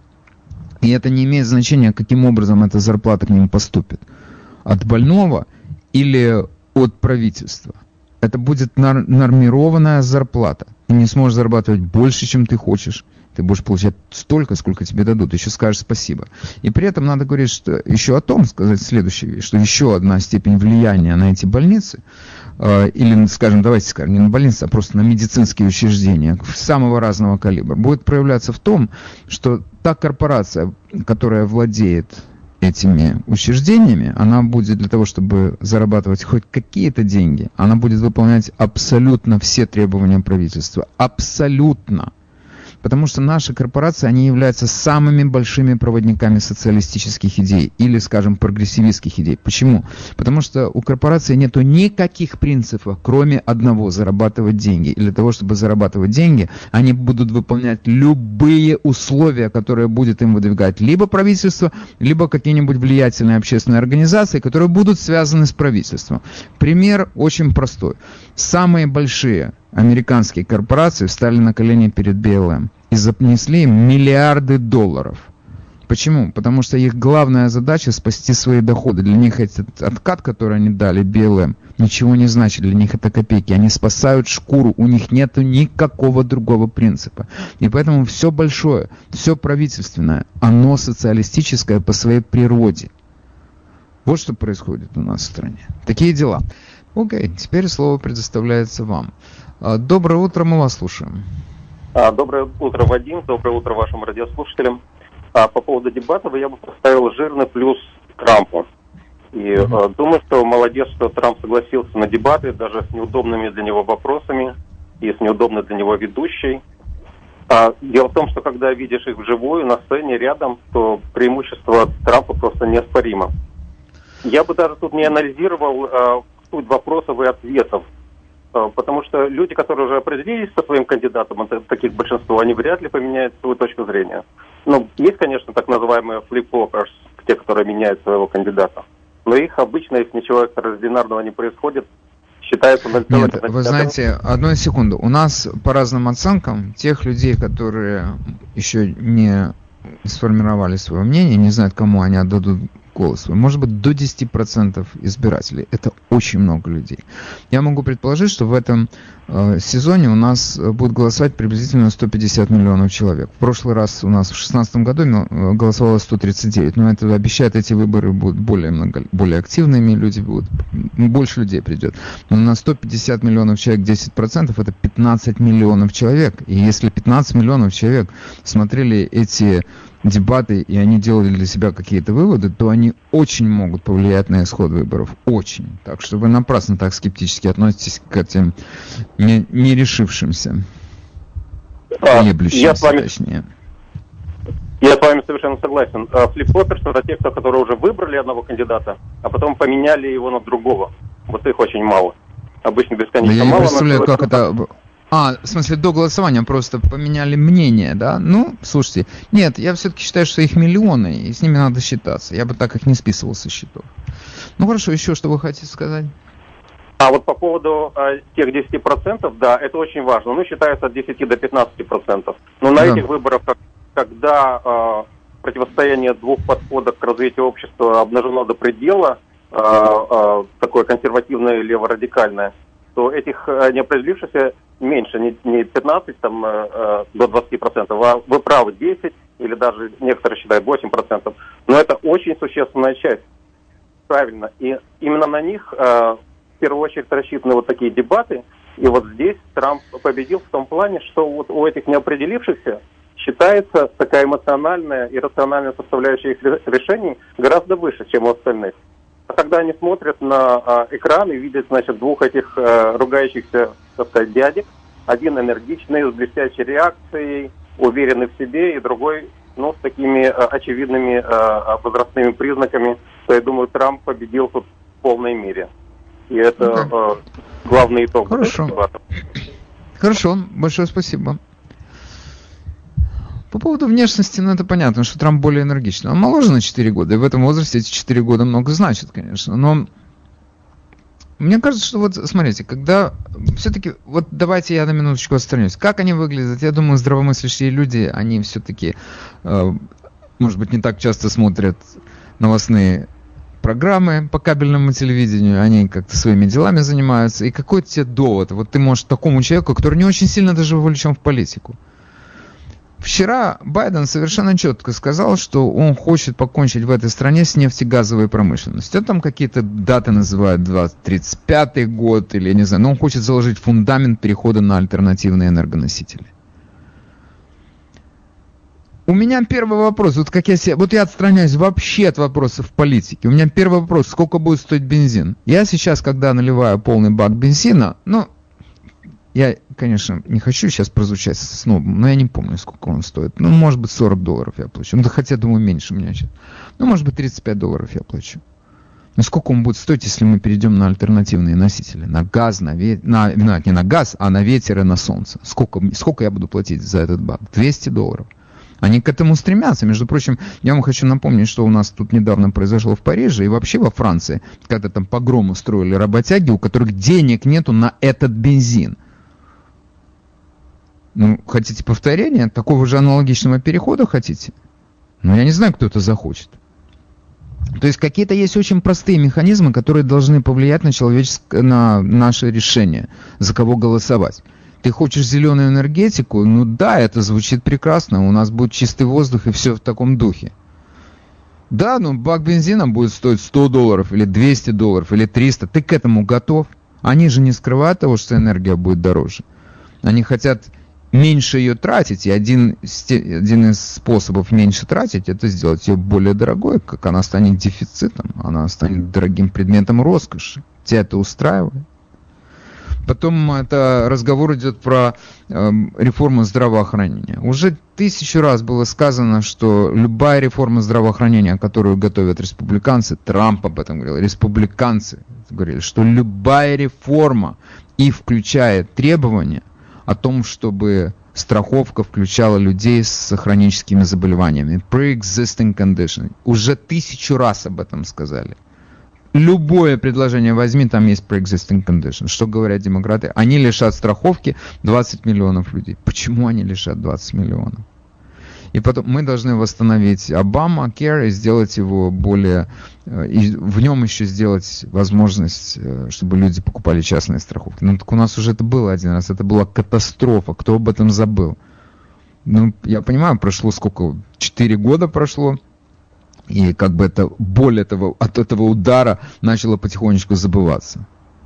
И это не имеет значения, каким образом эта зарплата к ним поступит. От больного или от правительства. Это будет нормированная зарплата. Ты не сможешь зарабатывать больше, чем ты хочешь. Ты будешь получать столько, сколько тебе дадут. Еще скажешь спасибо. И при этом надо говорить, что еще о том, сказать следующую вещь, что еще одна степень влияния на эти больницы, или, скажем, давайте скажем, не на больницы, а просто на медицинские учреждения самого разного калибра, будет проявляться в том, что та корпорация, которая владеет этими учреждениями, она будет для того, чтобы зарабатывать хоть какие-то деньги, она будет выполнять абсолютно все требования правительства. Абсолютно. Потому что наши корпорации, они являются самыми большими проводниками социалистических идей или, скажем, прогрессивистских идей. Почему? Потому что у корпорации нету никаких принципов, кроме одного – зарабатывать деньги. И для того, чтобы зарабатывать деньги, они будут выполнять любые условия, которые будет им выдвигать либо правительство, либо какие-нибудь влиятельные общественные организации, которые будут связаны с правительством. Пример очень простой. Самые большие американские корпорации встали на колени перед BLM. и занесли им миллиарды долларов. Почему? Потому что их главная задача — спасти свои доходы. Для них этот откат, который они дали BLM, ничего не значит. Для них это копейки. Они спасают шкуру. У них нет никакого другого принципа. И поэтому все большое, все правительственное, оно социалистическое по своей природе. Вот что происходит у нас в стране. Такие дела. Окей, теперь слово предоставляется вам. Доброе утро, мы вас слушаем. Доброе утро, Вадим. Доброе утро вашим радиослушателям. По поводу дебатов я бы поставил жирный плюс Трампу. И думаю, что молодец, что Трамп согласился на дебаты, даже с неудобными для него вопросами и с неудобной для него ведущей. Дело в том, что когда видишь их вживую, на сцене, рядом, то преимущество Трампа просто неоспоримо. Я бы даже тут не анализировал суть вопросов и ответов. Потому что люди, которые уже определились со своим кандидатом, таких большинство, они вряд ли поменяют свою точку зрения. Ну, есть, конечно, так называемые flip-floppers, те, которые меняют своего кандидата. Но их обычно, если ничего экстраординарного не происходит, считается 0,5. Нет, вы знаете, одну секунду. У нас по разным оценкам тех людей, которые еще не сформировали свое мнение, не знают, кому они отдадут голос, может быть, до 10% избирателей. Это очень много людей. Я могу предположить, что в этом сезоне у нас будет голосовать приблизительно 150 миллионов человек. В прошлый раз у нас в 2016 году голосовало 139, но это обещает, эти выборы будут более активными, люди будут, больше людей придет. Но на 150 миллионов человек 10% это 15 миллионов человек. И если 15 миллионов человек смотрели эти дебаты, и они делали для себя какие-то выводы, то они очень могут повлиять на исход выборов. Очень. Так что вы напрасно так скептически относитесь к этим не решившимся. Колеблющимся, точнее. Я с вами совершенно согласен. Флип-флоперс — это те, которые уже выбрали одного кандидата, а потом поменяли его на другого. Вот их очень мало. Обычно бесконечно мало. Я не представляю, как это... в смысле, до голосования просто поменяли мнение, да? Ну, слушайте, нет, я все-таки считаю, что их миллионы, и с ними надо считаться. Я бы так их не списывал со счетов. Ну, хорошо, еще что вы хотите сказать? Вот по поводу тех 10%, да, это очень важно. Ну, считается от 10 до 15%. Но на этих выборах, когда противостояние двух подходов к развитию общества обнажено до предела, такое консервативное и леворадикальное, то этих неопределившихся меньше, не 15 там, до 20%, а вы правы, 10 или даже некоторые считают 8%. Но это очень существенная часть. Правильно. И именно на них в первую очередь рассчитаны вот такие дебаты. И вот здесь Трамп победил в том плане, что вот у этих неопределившихся считается такая эмоциональная и рациональная составляющая их решений гораздо выше, чем у остальных. А когда они смотрят на экран и видят, значит, двух этих ругающихся, так сказать, дядек, один энергичный, с блестящей реакцией, уверенный в себе, и другой, ну, с такими очевидными возрастными признаками, то, я думаю, Трамп победил тут в полной мере. И это главный итог. Хорошо, большое спасибо. По поводу внешности, ну это понятно, что Трамп более энергичный. Он моложе на 4 года, и в этом возрасте эти 4 года много значит, конечно. Но мне кажется, что вот, смотрите, когда все-таки, вот давайте я на минуточку отстранюсь. Как они выглядят? Я думаю, здравомыслящие люди, они все-таки, может быть, не так часто смотрят новостные программы по кабельному телевидению, они как-то своими делами занимаются. И какой тебе довод? Вот ты можешь такому человеку, который не очень сильно даже вовлечен в политику. Вчера Байден совершенно четко сказал, что он хочет покончить в этой стране с нефтегазовой промышленностью. Там какие-то даты называют 2035 год или я не знаю, но он хочет заложить фундамент перехода на альтернативные энергоносители. У меня первый вопрос, вот я отстраняюсь вообще от вопросов политики. У меня первый вопрос, сколько будет стоить бензин? Я сейчас, когда наливаю полный бак бензина, я, конечно, не хочу сейчас прозвучать снобом, но я не помню, сколько он стоит. Ну, может быть, $40 я плачу. Ну, хотя, думаю, меньше у меня сейчас. Ну, может быть, $35 я плачу. Но сколько он будет стоить, если мы перейдем на альтернативные носители? На газ, не на газ, а на ветер и на солнце. Сколько я буду платить за этот бак? $200. Они к этому стремятся. Между прочим, я вам хочу напомнить, что у нас тут недавно произошло в Париже и вообще во Франции, когда там погром устроили работяги, у которых денег нету на этот бензин. Ну, хотите повторения? Такого же аналогичного перехода хотите? Ну, я не знаю, кто это захочет. То есть какие-то есть очень простые механизмы, которые должны повлиять на наше решение, за кого голосовать. Ты хочешь зеленую энергетику? Ну да, это звучит прекрасно. У нас будет чистый воздух и все в таком духе. Да, но бак бензина будет стоить $100 или $200 или 300. Ты к этому готов? Они же не скрывают того, что энергия будет дороже. Они хотят меньше ее тратить, и один из способов меньше тратить, это сделать ее более дорогой, как она станет дефицитом, она станет дорогим предметом роскоши. Тебя это устраивает? Потом это разговор идет про реформу здравоохранения. Уже 1000 раз было сказано, что любая реформа здравоохранения, которую готовят республиканцы, Трамп об этом говорил, республиканцы говорили, что любая реформа и включает требования о том, чтобы страховка включала людей с хроническими заболеваниями. Pre-existing condition. Уже 1000 раз об этом сказали. Любое предложение возьми, там есть pre-existing condition. Что говорят демократы? Они лишат страховки 20 миллионов людей. Почему они лишат 20 миллионов? И потом мы должны восстановить Obamacare и сделать его более... И в нем еще сделать возможность, чтобы люди покупали частные страховки. Ну так у нас уже это было один раз. Это была катастрофа. Кто об этом забыл? Ну, я понимаю, прошло сколько? 4 года прошло. И как бы это, боль от этого удара начала потихонечку забываться.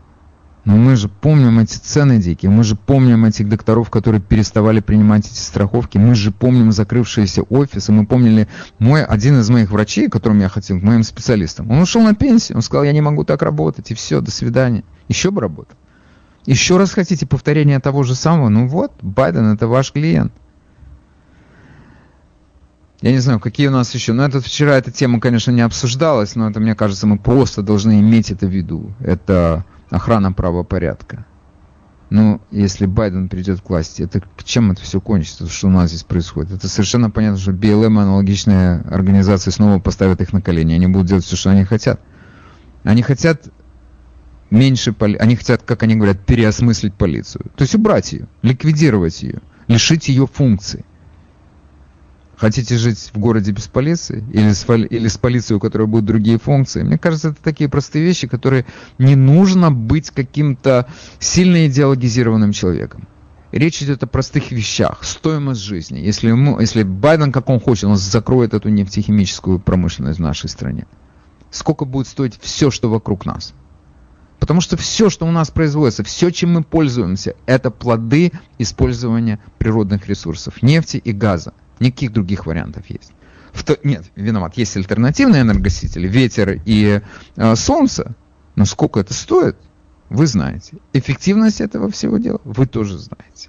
Но мы же помним эти цены дикие, мы же помним этих докторов, которые переставали принимать эти страховки, мы же помним закрывшиеся офисы, мы помнили один из моих врачей, которым я хотел, моим специалистам, он ушел на пенсию, он сказал, я не могу так работать, и все, до свидания. Еще бы работал. Еще раз хотите повторения того же самого? Ну вот, Байден это ваш клиент. Я не знаю, какие у нас еще. Но вчера эта тема, конечно, не обсуждалась, но это, мне кажется, мы просто должны иметь это в виду. Это охрана правопорядка. Ну, если Байден придет к власти, это чем это все кончится, что у нас здесь происходит? Это совершенно понятно, что БЛМ и аналогичные организации снова поставят их на колени. Они будут делать все, что они хотят. Они хотят они хотят, как они говорят, переосмыслить полицию. То есть убрать ее, ликвидировать ее, лишить ее функций. Хотите жить в городе без полиции? Или с полицией, у которой будут другие функции? Мне кажется, это такие простые вещи, которые не нужно быть каким-то сильно идеологизированным человеком. Речь идет о простых вещах. Стоимость жизни. Если Байден, как он хочет, он закроет эту нефтехимическую промышленность в нашей стране. Сколько будет стоить все, что вокруг нас? Потому что все, что у нас производится, все, чем мы пользуемся, это плоды использования природных ресурсов, нефти и газа. Никаких других вариантов есть. Нет, виноват. Есть альтернативные энергоносители, ветер и солнце. Но сколько это стоит, вы знаете. Эффективность этого всего дела вы тоже знаете.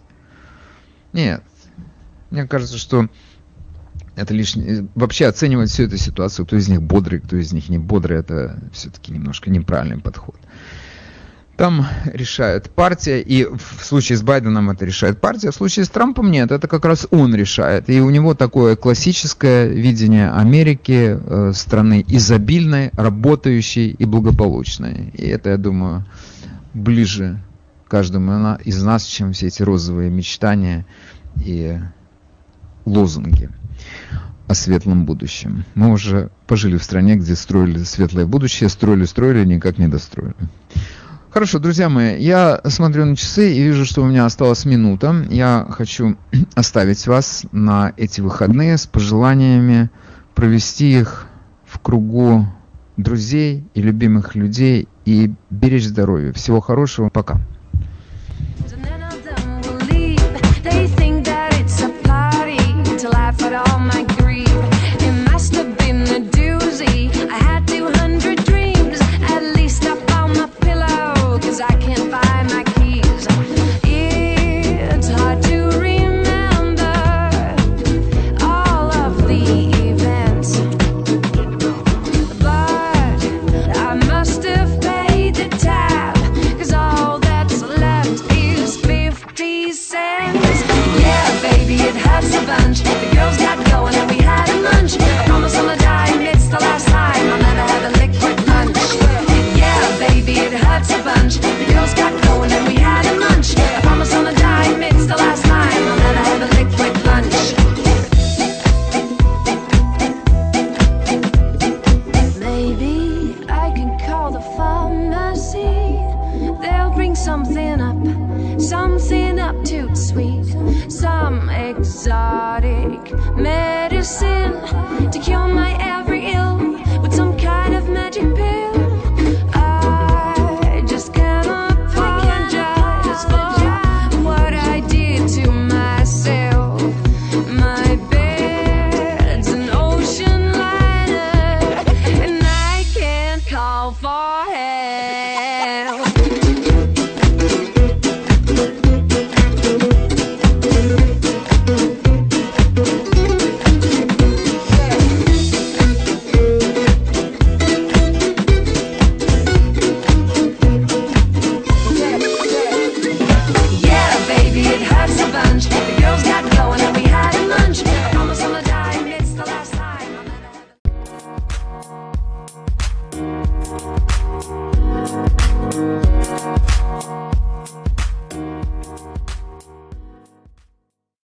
Нет. Мне кажется, что это лишнее. Вообще оценивать всю эту ситуацию, кто из них бодрый, кто из них не бодрый, это все-таки немножко неправильный подход. Там решает партия, и в случае с Байденом это решает партия, в случае с Трампом нет, это как раз он решает. И у него такое классическое видение Америки, страны изобильной, работающей и благополучной. И это, я думаю, ближе каждому из нас, чем все эти розовые мечтания и лозунги о светлом будущем. Мы уже пожили в стране, где строили светлое будущее, строили, никак не достроили. Хорошо, друзья мои, я смотрю на часы и вижу, что у меня осталась минута. Я хочу оставить вас на эти выходные с пожеланиями провести их в кругу друзей и любимых людей и беречь здоровье. Всего хорошего, пока. All that's some exotic medicine to cure my